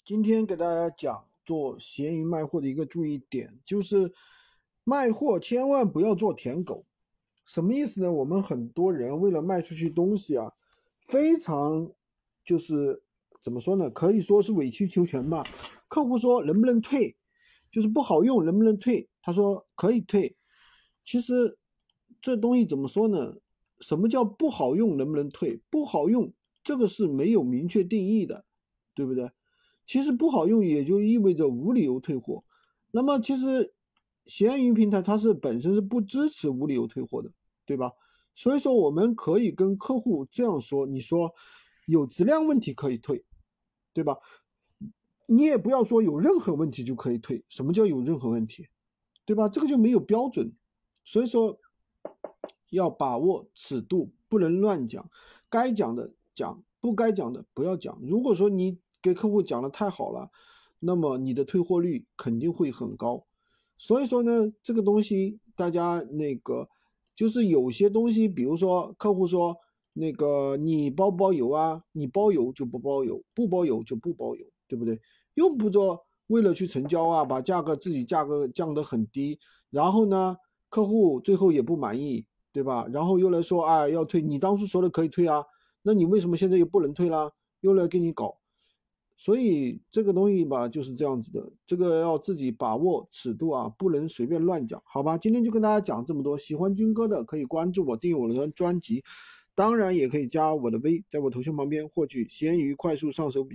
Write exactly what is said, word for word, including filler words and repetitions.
今天给大家讲做闲鱼卖货的一个注意点，就是卖货千万不要做舔狗。什么意思呢？我们很多人为了卖出去东西啊，非常就是怎么说呢？可以说是委曲求全吧。客户说能不能退，就是不好用能不能退？他说可以退。其实这东西怎么说呢？什么叫不好用能不能退？不好用这个是没有明确定义的，对不对？其实不好用也就意味着无理由退货。那么其实闲鱼平台它是本身是不支持无理由退货的，对吧？所以说我们可以跟客户这样说，你说有质量问题可以退，对吧？你也不要说有任何问题就可以退。什么叫有任何问题，对吧？这个就没有标准。所以说要把握尺度，不能乱讲，该讲的讲，不该讲的不要讲。如果说你给客户讲的太好了，那么你的退货率肯定会很高。所以说呢，这个东西大家那个就是有些东西，比如说客户说那个你包不包邮啊？你包邮就不包邮，不包邮就不包邮，对不对？用不着为了去成交啊，把价格自己价格降得很低，然后呢，客户最后也不满意，对吧？然后又来说啊要退，你当初说的可以退啊，那你为什么现在又不能退啦？又来给你搞。所以这个东西吧就是这样子的，这个要自己把握尺度啊，不能随便乱讲，好吧？今天就跟大家讲这么多，喜欢军哥的可以关注我，订阅我的专辑，当然也可以加我的微，在我头像旁边获取闲鱼快速上手笔。